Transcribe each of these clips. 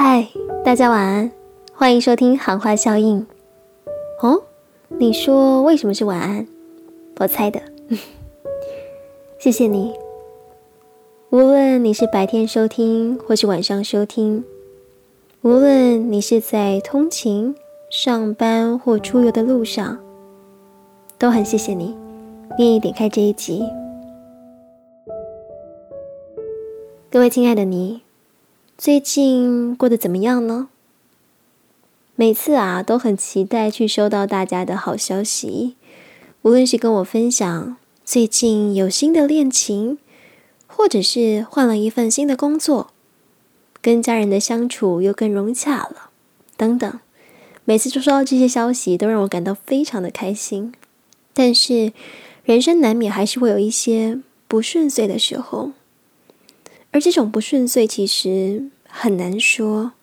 嗨，大家晚安，欢迎收听行话效应。哦，你说为什么是晚安？我猜的。谢谢你。无论你是白天收听或是晚上收听，无论你是在通勤、上班或出游的路上，都很谢谢你愿意点开这一集。各位亲爱的你，最近过得怎么样呢？每次都很期待去收到大家的好消息，无论是跟我分享最近有新的恋情，或者是换了一份新的工作，跟家人的相处又更融洽了，等等。每次收到这些消息都让我感到非常的开心。但是人生难免还是会有一些不顺遂的时候，而这种不顺遂其实很难说，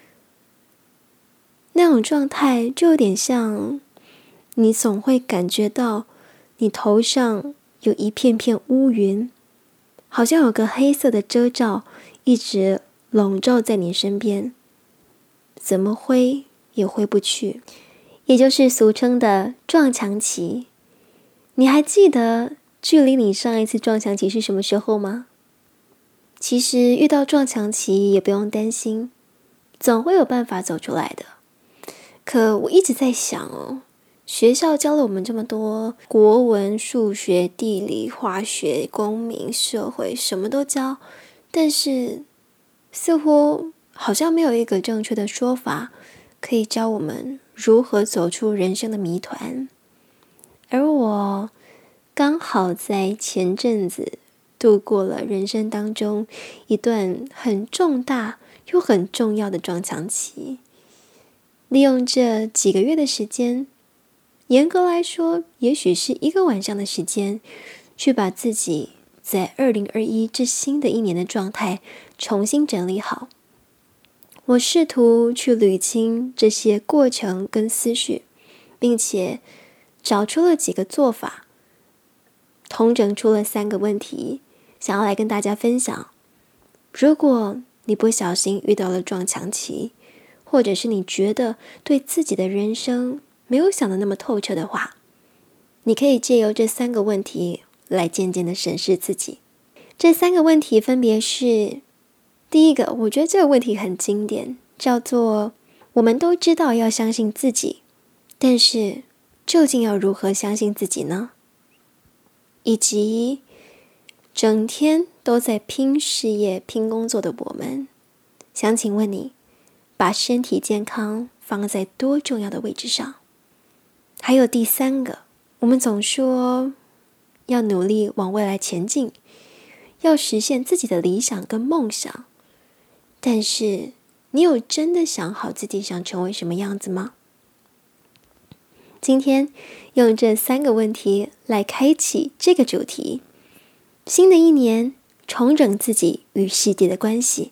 那种状态就有点像你总会感觉到你头上有一片片乌云，好像有个黑色的遮罩一直笼罩在你身边，怎么挥也挥不去，也就是俗称的撞墙期。你还记得距离你上一次撞墙期是什么时候吗？其实遇到撞墙期也不用担心，总会有办法走出来的。可我一直在想学校教了我们这么多国文、数学、地理、化学、公民、社会，什么都教，但是似乎好像没有一个正确的说法可以教我们如何走出人生的谜团。而我刚好在前阵子度过了人生当中一段很重大又很重要的撞墙期，利用这几个月的时间，严格来说也许是一个晚上的时间，去把自己在2021这新的一年的状态重新整理好。我试图去捋清这些过程跟思绪，并且找出了几个做法，统整出了3个问题，想要来跟大家分享。如果你不小心遇到了撞墙期，或者是你觉得对自己的人生没有想得那么透彻的话，你可以借由这3个问题来渐渐的审视自己。这3个问题分别是，第一个，我觉得这个问题很经典，叫做我们都知道要相信自己，但是究竟要如何相信自己呢？以及整天都在拼事业、拼工作的我们，想请问你，把身体健康放在多重要的位置上？还有第3个，我们总说要努力往未来前进，要实现自己的理想跟梦想，但是你有真的想好自己想成为什么样子吗？今天用这3个问题来开启这个主题，新的一年重整自己与世界的关系。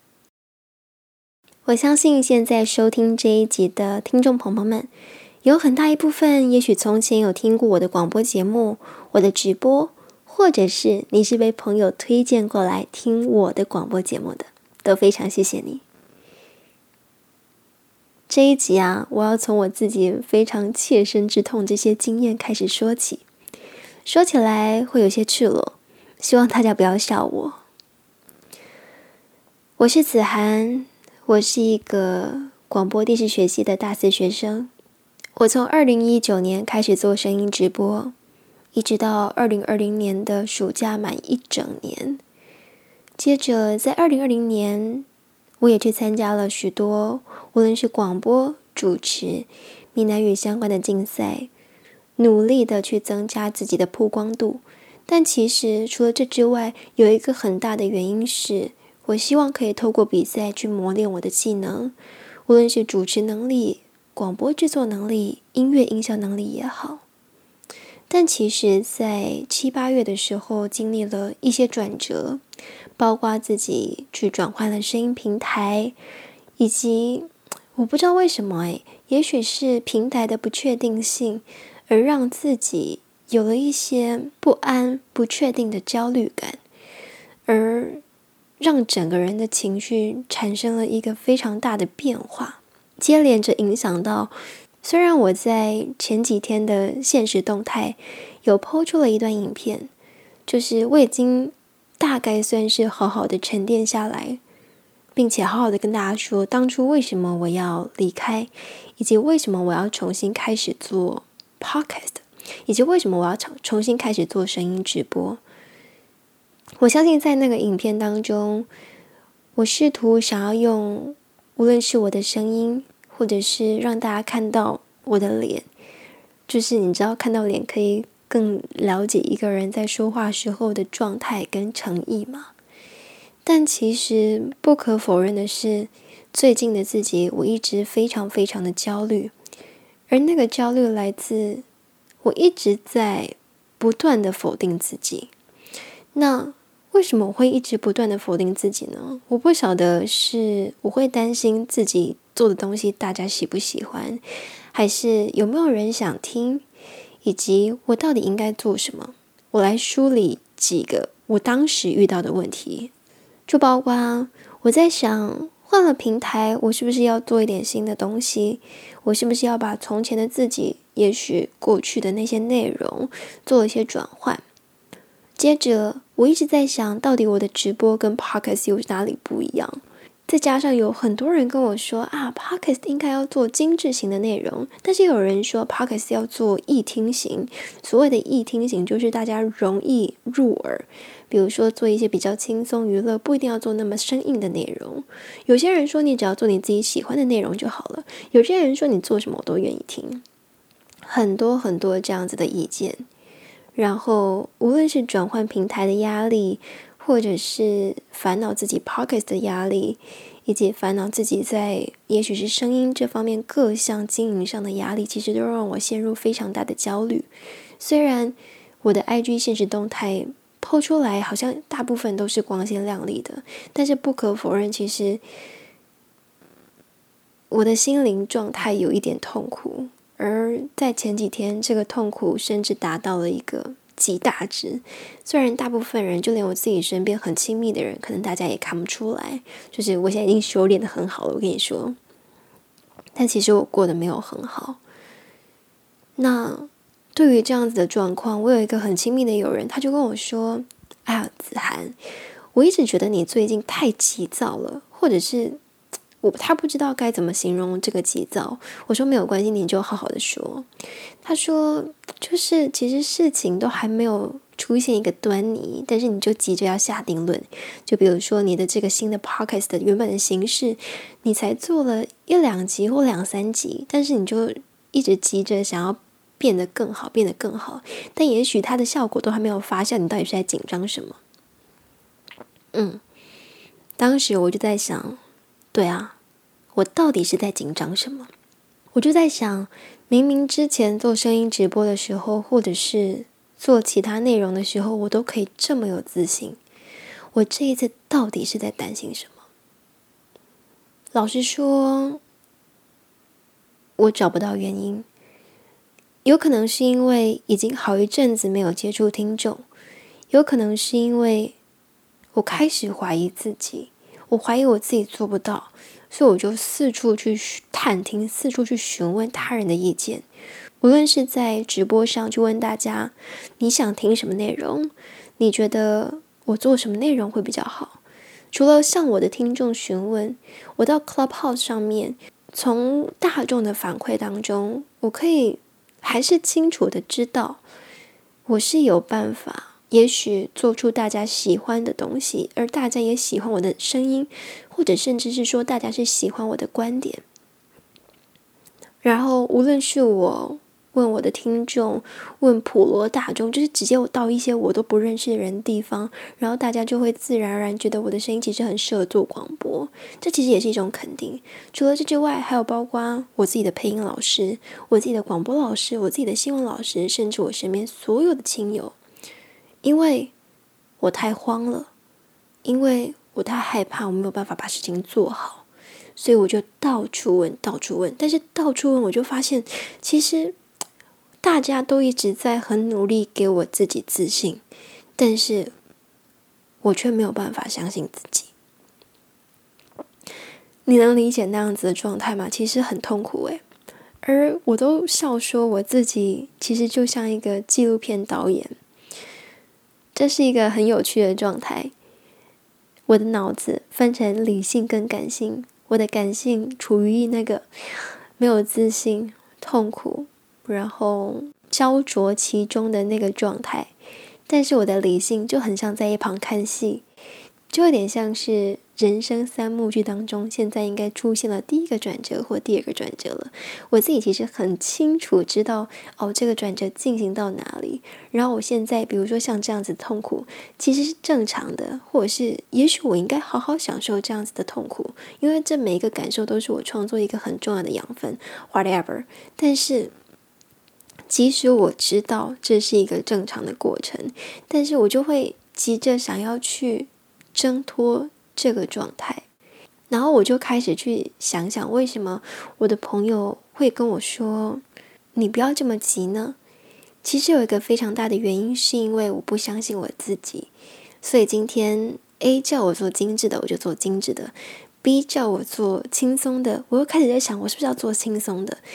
我相信现在收听这一集的听众朋友们，有很大一部分也许从前有听过我的广播节目、我的直播，或者是你是被朋友推荐过来听我的广播节目的，都非常谢谢你。这一集我要从我自己非常切身之痛这些经验开始说起，说起来会有些赤裸，希望大家不要笑我。我是子涵，我是一个广播电视学系的大4学生。我从2019年开始做声音直播，一直到2020年的暑假满1整年。接着在2020年，我也去参加了许多无论是广播、主持、闽南语相关的竞赛，努力的去增加自己的曝光度。但其实除了这之外，有一个很大的原因是，我希望可以透过比赛去磨练我的技能，无论是主持能力、广播制作能力、音乐音效能力也好。但其实在7、8月的时候经历了一些转折，包括自己去转换了声音平台，以及我不知道为什么也许是平台的不确定性，而让自己有了一些不安、不确定的焦虑感。而让整个人的情绪产生了一个非常大的变化，接连着影响到，虽然我在前几天的限时动态有 po 出了一段影片，就是我已经大概算是好好的沉淀下来，并且好好的跟大家说当初为什么我要离开，以及为什么我要重新开始做 podcast， 以及为什么我要重新开始做声音直播。我相信在那个影片当中，我试图想要用无论是我的声音，或者是让大家看到我的脸，就是你知道看到脸可以更了解一个人在说话时候的状态跟诚意嘛。但其实不可否认的是，最近的自己我一直非常非常的焦虑，而那个焦虑来自我一直在不断的否定自己。那为什么我会一直不断的否定自己呢？我不晓得是我会担心自己做的东西大家喜不喜欢，还是有没有人想听，以及我到底应该做什么。我来梳理几个我当时遇到的问题，就包括我在想，换了平台，我是不是要做一点新的东西？我是不是要把从前的自己，也许过去的那些内容做一些转换？接着我一直在想，到底我的直播跟 podcast 有哪里不一样？再加上有很多人跟我说podcast 应该要做精致型的内容，但是有人说 podcast 要做易听型。所谓的易听型就是大家容易入耳，比如说做一些比较轻松娱乐，不一定要做那么生硬的内容。有些人说你只要做你自己喜欢的内容就好了，有些人说你做什么我都愿意听，很多很多这样子的意见。然后无论是转换平台的压力，或者是烦恼自己 podcast 的压力，以及烦恼自己在也许是声音这方面各项经营上的压力，其实都让我陷入非常大的焦虑。虽然我的 IG 限时动态 po 出来好像大部分都是光鲜亮丽的，但是不可否认，其实我的心灵状态有一点痛苦。而在前几天，这个痛苦甚至达到了一个极大值。虽然大部分人，就连我自己身边很亲密的人，可能大家也看不出来，就是我现在已经修炼得很好了，我跟你说。但其实我过得没有很好。那对于这样子的状况，我有一个很亲密的友人，他就跟我说：“子涵，我一直觉得你最近太急躁了，或者是……”他不知道该怎么形容这个急躁。我说没有关系，你就好好的说。他说就是其实事情都还没有出现一个端倪，但是你就急着要下定论。就比如说你的这个新的 podcast 的原本的形式，你才做了1-2集或2-3集，但是你就一直急着想要变得更好，变得更好，但也许它的效果都还没有发酵，你到底是在紧张什么？当时我就在想，对啊，我到底是在紧张什么？我就在想，明明之前做声音直播的时候，或者是做其他内容的时候，我都可以这么有自信，我这一次到底是在担心什么？老实说，我找不到原因。有可能是因为已经好一阵子没有接触听众，有可能是因为我开始怀疑自己，我怀疑我自己做不到，所以我就四处去探听，四处去询问他人的意见。无论是在直播上去问大家，你想听什么内容？你觉得我做什么内容会比较好？除了向我的听众询问，我到 Clubhouse 上面，从大众的反馈当中，我可以还是清楚的知道，我是有办法也许做出大家喜欢的东西，而大家也喜欢我的声音，或者甚至是说大家是喜欢我的观点。然后无论是我问我的听众，问普罗大众，就是直接我到一些我都不认识的人的地方，然后大家就会自然而然觉得我的声音其实很适合做广播，这其实也是一种肯定。除了这之外，还有包括我自己的配音老师，我自己的广播老师，我自己的新闻老师，甚至我身边所有的亲友。因为我太慌了，因为我太害怕我没有办法把事情做好，所以我就到处问，但是到处问我就发现，其实大家都一直在很努力给我自己自信，但是我却没有办法相信自己。你能理解那样子的状态吗？其实很痛苦诶。而我都笑说我自己其实就像一个纪录片导演，这是一个很有趣的状态。我的脑子分成理性跟感性，我的感性处于那个没有自信、痛苦，然后焦灼其中的那个状态，但是我的理性就很像在一旁看戏，就有点像是人生三幕剧当中现在应该出现了第一个转折或第二个转折了。我自己其实很清楚知道这个转折进行到哪里，然后我现在比如说像这样子的痛苦其实是正常的，或者是也许我应该好好享受这样子的痛苦，因为这每一个感受都是我创作一个很重要的养分 whatever。 但是即使我知道这是一个正常的过程，但是我就会急着想要去挣脱这个状态，然后我就开始去想想为什么我的朋友会跟我说你不要这么急呢？其实有一个非常大的原因是因为我不相信我自己，所以今天 A 叫我做精致的我就做精致的， B 叫我做轻松的我又开始在想我是不是要做轻松的，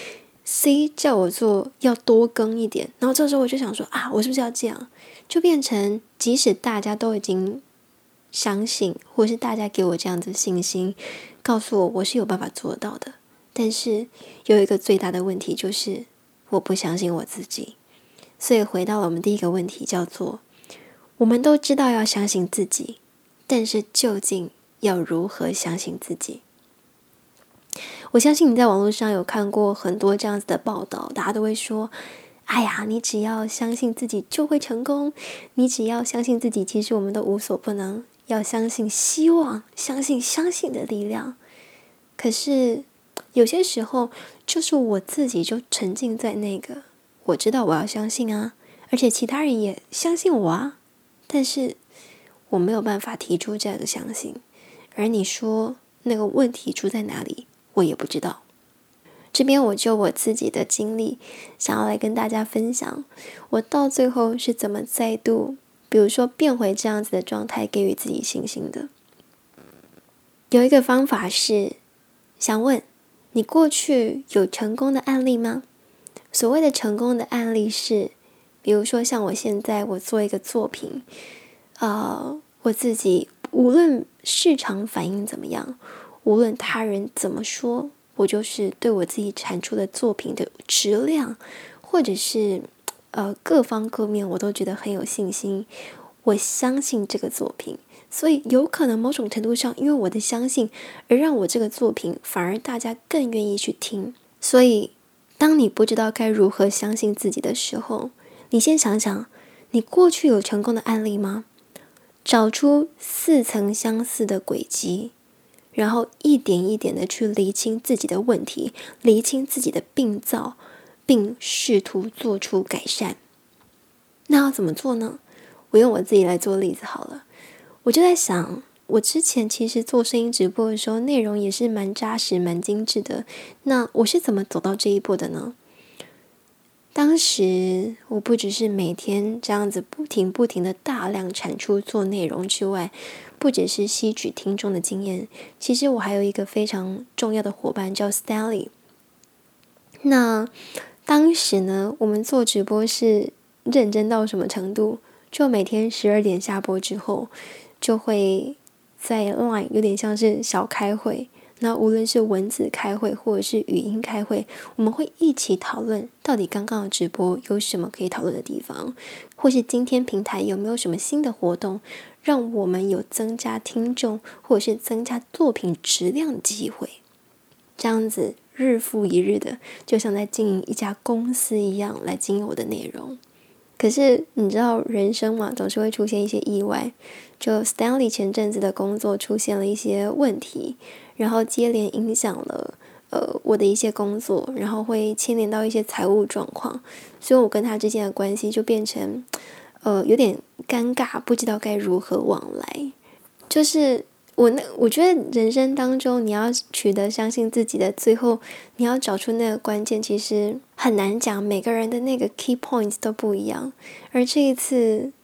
C 叫我做要多更一点，然后这时候我就想说我是不是要这样，就变成即使大家都已经相信，或是大家给我这样子的信心，告诉我是有办法做到的，但是有一个最大的问题就是我不相信我自己。所以回到了我们第一个问题，叫做我们都知道要相信自己，但是究竟要如何相信自己？我相信你在网络上有看过很多这样子的报道，大家都会说你只要相信自己就会成功，你只要相信自己，其实我们都无所不能，要相信希望，相信的力量。可是有些时候就是我自己就沉浸在那个我知道我要相信而且其他人也相信我但是我没有办法提出这样的相信，而你说那个问题出在哪里，我也不知道。这边我就我自己的经历想要来跟大家分享，我到最后是怎么再度比如说变回这样子的状态，给予自己信心的。有一个方法是想问你过去有成功的案例吗？所谓的成功的案例是比如说像我现在我做一个作品我自己无论市场反应怎么样，无论他人怎么说，我就是对我自己产出的作品的质量或者是各方各面我都觉得很有信心，我相信这个作品，所以有可能某种程度上因为我的相信而让我这个作品反而大家更愿意去听。所以当你不知道该如何相信自己的时候，你先想想你过去有成功的案例吗？找出似曾相似的轨迹，然后一点一点的去厘清自己的问题，厘清自己的病灶，并试图做出改善。那要怎么做呢？我用我自己来做例子好了。我就在想，我之前其实做声音直播的时候，内容也是蛮扎实蛮精致的，那我是怎么走到这一步的呢？当时我不只是每天这样子不停的大量产出做内容之外，不只是吸取听众的经验，其实我还有一个非常重要的伙伴叫 Stanley。 那当时呢，我们做直播是认真到什么程度，就每天12点下播之后就会在 LINE 有点像是小开会，那无论是文字开会或者是语音开会，我们会一起讨论到底刚刚的直播有什么可以讨论的地方，或是今天平台有没有什么新的活动让我们有增加听众或者是增加作品质量的机会。这样子日复一日的就像在经营一家公司一样来经营我的内容。可是你知道人生嘛，总是会出现一些意外，就 Stanley 前阵子的工作出现了一些问题，然后接连影响了我的一些工作，然后会牵连到一些财务状况，所以我跟他之间的关系就变成有点尴尬，不知道该如何往来。就是我觉得人生当中你要取得相信自己的，最后你要找出那个关键，其实很难讲，每个人的那个 key points 都不一样。而这一次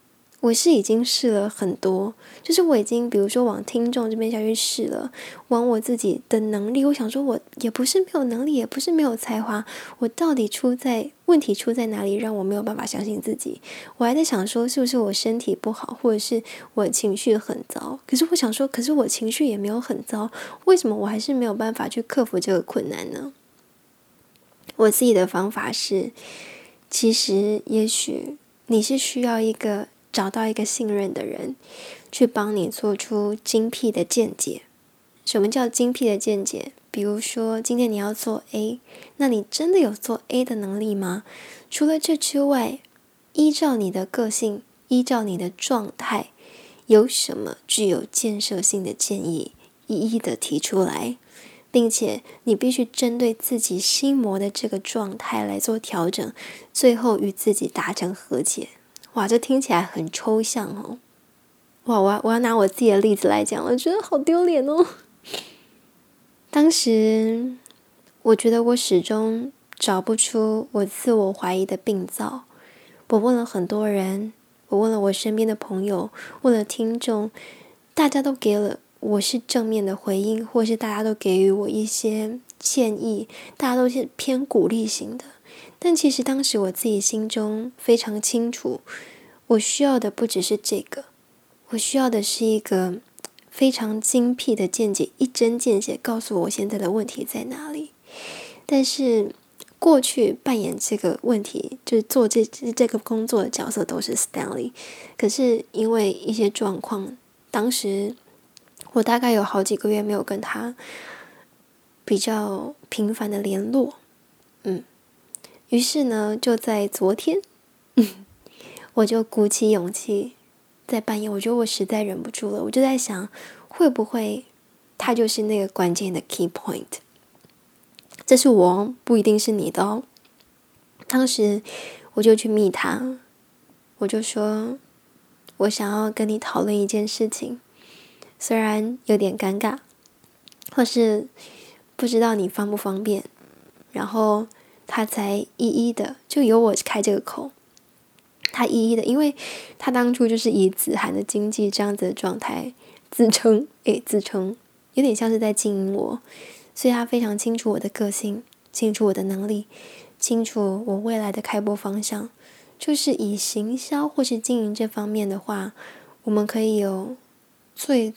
我是已经试了很多，就是我已经比如说往听众这边下去试了，往我自己的能力，我想说我也不是没有能力，也不是没有才华，我到底问题出在哪里，让我没有办法相信自己？我还在想说是不是我身体不好，或者是我情绪很糟，可是我想说，可是我情绪也没有很糟，为什么我还是没有办法去克服这个困难呢？我自己的方法是，其实也许你是需要找到一个信任的人，去帮你做出精辟的见解。什么叫精辟的见解？比如说今天你要做 A， 那你真的有做 A 的能力吗？除了这之外，依照你的个性，依照你的状态，有什么具有建设性的建议，一一的提出来，并且你必须针对自己心魔的这个状态来做调整，最后与自己达成和解。哇，这听起来很抽象哦。哇，我要拿我自己的例子来讲，我觉得好丢脸哦。当时我觉得我始终找不出我自我怀疑的病灶，我问了很多人，我问了我身边的朋友，问了听众，大家都给了我是正面的回应，或是大家都给予我一些建议，大家都是偏鼓励型的。但其实当时我自己心中非常清楚，我需要的不只是这个，我需要的是一个非常精辟的见解，一针见血告诉我现在的问题在哪里。但是过去扮演这个问题，就是做这个工作的角色都是 Stanley， 可是因为一些状况，当时我大概有好几个月没有跟他比较频繁的联络，于是呢，就在昨天，我就鼓起勇气，在半夜，我觉得我实在忍不住了，我就在想，会不会他就是那个关键的 key point？ 这是我，不一定是你的哦。当时我就去密他，我就说，我想要跟你讨论一件事情，虽然有点尴尬，或是不知道你方不方便，然后他才一一的就由我开这个口，他一一的，因为他当初就是以子涵的经济这样子的状态自称，有点像是在经营我，所以他非常清楚我的个性，清楚我的能力，清楚我未来的开播方向，就是以行销或是经营这方面的话，我们可以有最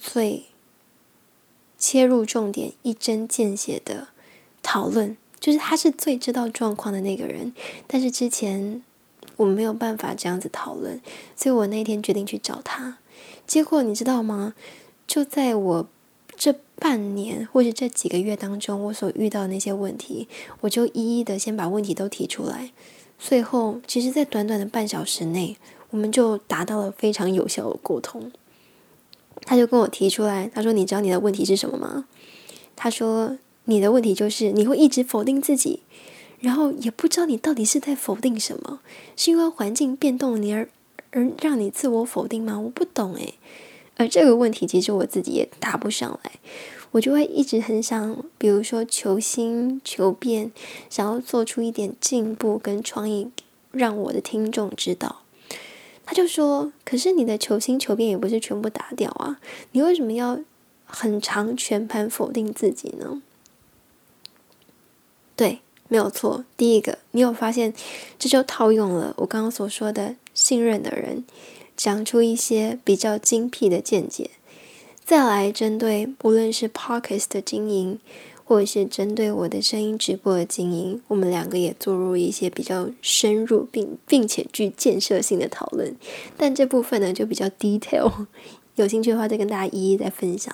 切入重点、一针见血的讨论，就是他是最知道状况的那个人，但是之前我们没有办法这样子讨论，所以我那天决定去找他。结果你知道吗？就在我这半年或者这几个月当中，我所遇到的那些问题，我就一一的先把问题都提出来。最后，其实在短短的半小时内，我们就达到了非常有效的沟通。他就跟我提出来，他说：“你知道你的问题是什么吗？”他说：“你的问题就是你会一直否定自己，然后也不知道你到底是在否定什么，是因为环境变动你而让你自我否定吗？我不懂诶。”而这个问题其实我自己也答不上来，我就会一直很想，比如说求新求变，想要做出一点进步跟创意，让我的听众知道。他就说：“可是你的求新求变也不是全部打掉啊，你为什么要很长全盘否定自己呢？”对，没有错。第一个，你有发现，这就套用了我刚刚所说的信任的人，讲出一些比较精辟的见解。再来针对无论是 Podcast 的经营，或者是针对我的声音直播的经营，我们两个也做入一些比较深入并且具建设性的讨论。但这部分呢就比较 detail， 有兴趣的话再跟大家一一再分享。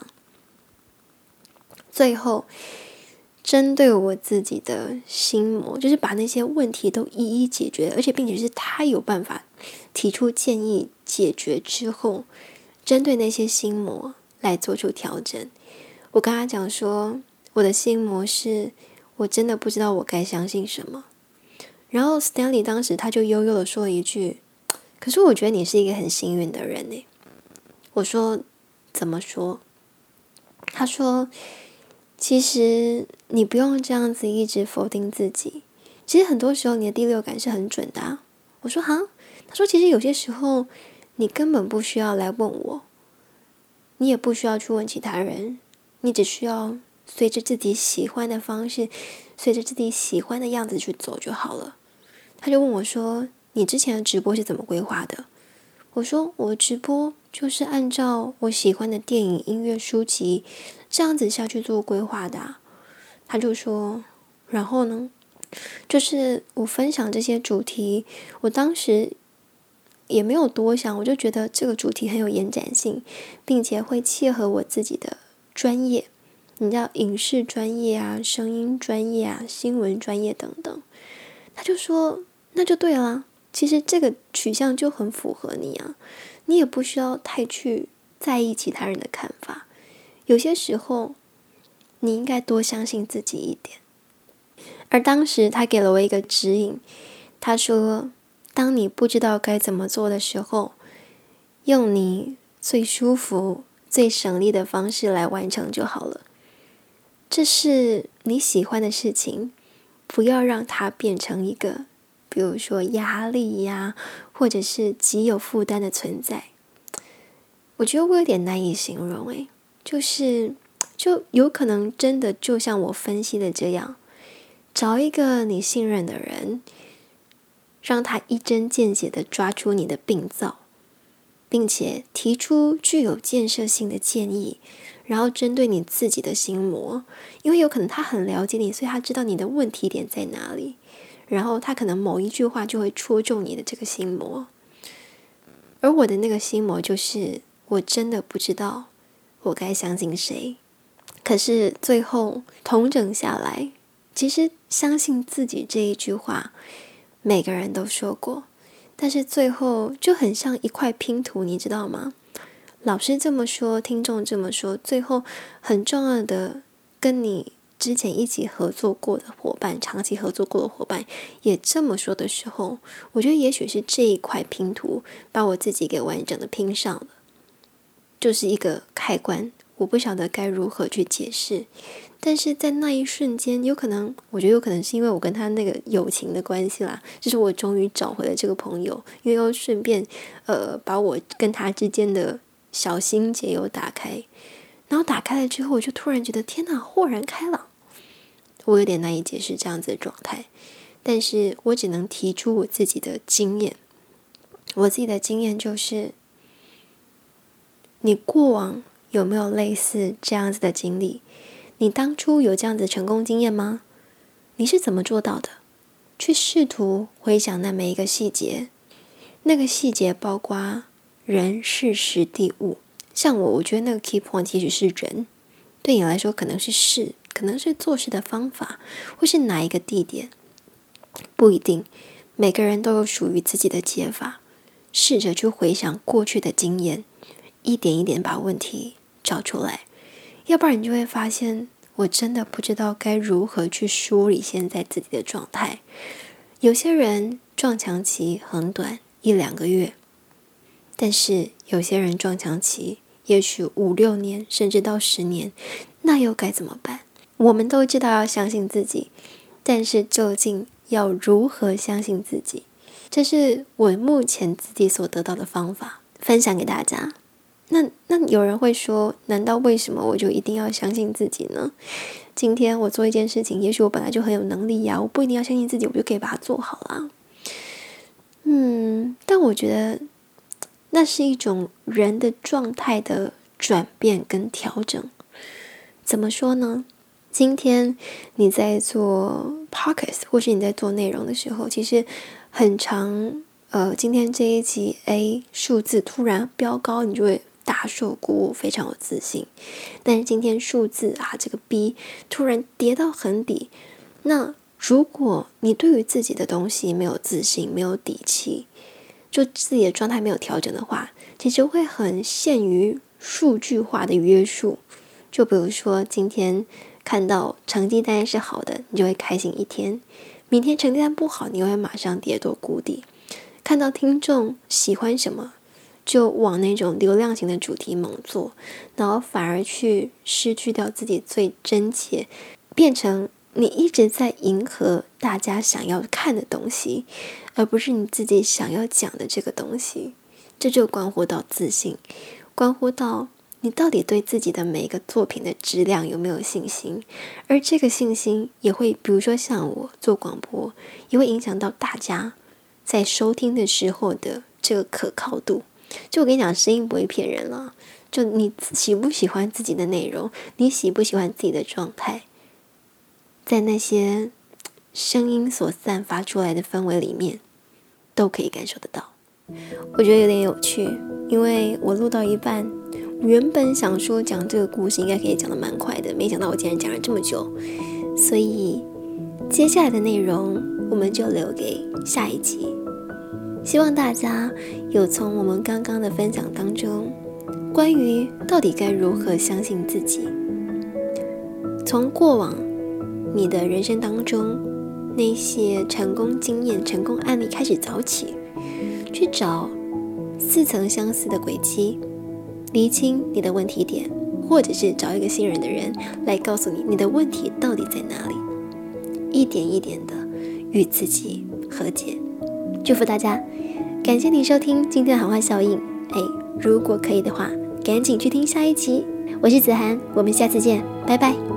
最后，针对我自己的心魔，就是把那些问题都一一解决，而且并且是他有办法提出建议解决之后，针对那些心魔来做出调整。我跟他讲说，我的心魔是我真的不知道我该相信什么。然后 Stanley 当时他就悠悠的说了一句：“可是我觉得你是一个很幸运的人耶。”我说：“怎么说？”他说：“其实你不用这样子一直否定自己，其实很多时候你的第六感是很准的啊。”我说：“哈？”他说：“其实有些时候你根本不需要来问我，你也不需要去问其他人，你只需要随着自己喜欢的方式，随着自己喜欢的样子去走就好了。他就问我说，你之前的直播是怎么规划的？我说我的直播就是按照我喜欢的电影、音乐、书籍这样子下去做规划的啊。他就说，然后呢，就是我分享这些主题，我当时也没有多想，我就觉得这个主题很有延展性，并且会切合我自己的专业，你知道影视专业啊、声音专业啊、新闻专业等等。他就说那就对了，其实这个取向就很符合你啊，你也不需要太去在意其他人的看法，有些时候你应该多相信自己一点。而当时他给了我一个指引，他说当你不知道该怎么做的时候，用你最舒服、最省力的方式来完成就好了。这是你喜欢的事情，不要让它变成一个比如说压力呀，或者是极有负担的存在。我觉得我有点难以形容就有可能真的就像我分析的这样，找一个你信任的人，让他一针见血地抓出你的病灶，并且提出具有建设性的建议，然后针对你自己的心魔，因为有可能他很了解你，所以他知道你的问题点在哪里，然后他可能某一句话就会戳中你的这个心魔。而我的那个心魔就是我真的不知道我该相信谁。可是最后统整下来，其实相信自己这一句话每个人都说过，但是最后就很像一块拼图，你知道吗？老师这么说，听众这么说，最后很重要的跟你之前一起合作过的伙伴，长期合作过的伙伴也这么说的时候，我觉得也许是这一块拼图把我自己给完整的拼上了，就是一个开关，我不晓得该如何去解释。但是在那一瞬间，我觉得有可能是因为我跟他那个友情的关系啦，就是我终于找回了这个朋友，因为又顺便把我跟他之间的小心结有打开，然后打开了之后，我就突然觉得天哪，豁然开朗。我有点难以解释这样子的状态，但是我只能提出我自己的经验。我自己的经验就是，你过往有没有类似这样子的经历？你当初有这样子的成功经验吗？你是怎么做到的？去试图回想那每一个细节，那个细节包括人、事、时、地、物。像我觉得那个 key point 其实是人，对你来说可能是事，可能是做事的方法，或是哪一个地点，不一定。每个人都有属于自己的解法，试着去回想过去的经验，一点一点把问题找出来。要不然你就会发现，我真的不知道该如何去梳理现在自己的状态。有些人撞墙期很短，1-2个月，但是有些人撞墙期也许5-6年，甚至到10年，那又该怎么办？我们都知道要相信自己，但是究竟要如何相信自己？这是我目前自己所得到的方法，分享给大家。那有人会说，难道为什么我就一定要相信自己呢？今天我做一件事情，也许我本来就很有能力呀，我不一定要相信自己，我就可以把它做好啦。但我觉得那是一种人的状态的转变跟调整。怎么说呢？今天你在做 podcast 或是你在做内容的时候，其实很常今天这一集 A 数字突然飙高，你就会大受鼓舞，非常有自信。但是今天数字这个 B 突然跌到很底，那如果你对于自己的东西没有自信，没有底气，就自己的状态没有调整的话，其实会很限于数据化的约束。就比如说今天看到成绩单是好的，你就会开心一天，明天成绩单不好，你会马上跌落谷底。看到听众喜欢什么，就往那种流量型的主题猛做，然后反而去失去掉自己最真切，变成你一直在迎合大家想要看的东西，而不是你自己想要讲的这个东西。 这就关乎到自信，关乎到你到底对自己的每一个作品的质量有没有信心。而这个信心也会，比如说像我做广播，也会影响到大家在收听的时候的这个可靠度。就我跟你讲，声音不会骗人了，就你喜不喜欢自己的内容，你喜不喜欢自己的状态，在那些声音所散发出来的氛围里面都可以感受得到。我觉得有点有趣，因为我录到一半，原本想说讲这个故事应该可以讲得蛮快的，没想到我竟然讲了这么久，所以接下来的内容我们就留给下一集。希望大家有从我们刚刚的分享当中，关于到底该如何相信自己，从过往你的人生当中那些成功经验、成功案例开始找起，去找似曾相识的轨迹，厘清你的问题点，或者是找一个信任的人来告诉你你的问题到底在哪里，一点一点的与自己和解。祝福大家，感谢你收听今天的好话效应。如果可以的话，赶紧去听下一期。我是子涵，我们下次见，拜拜。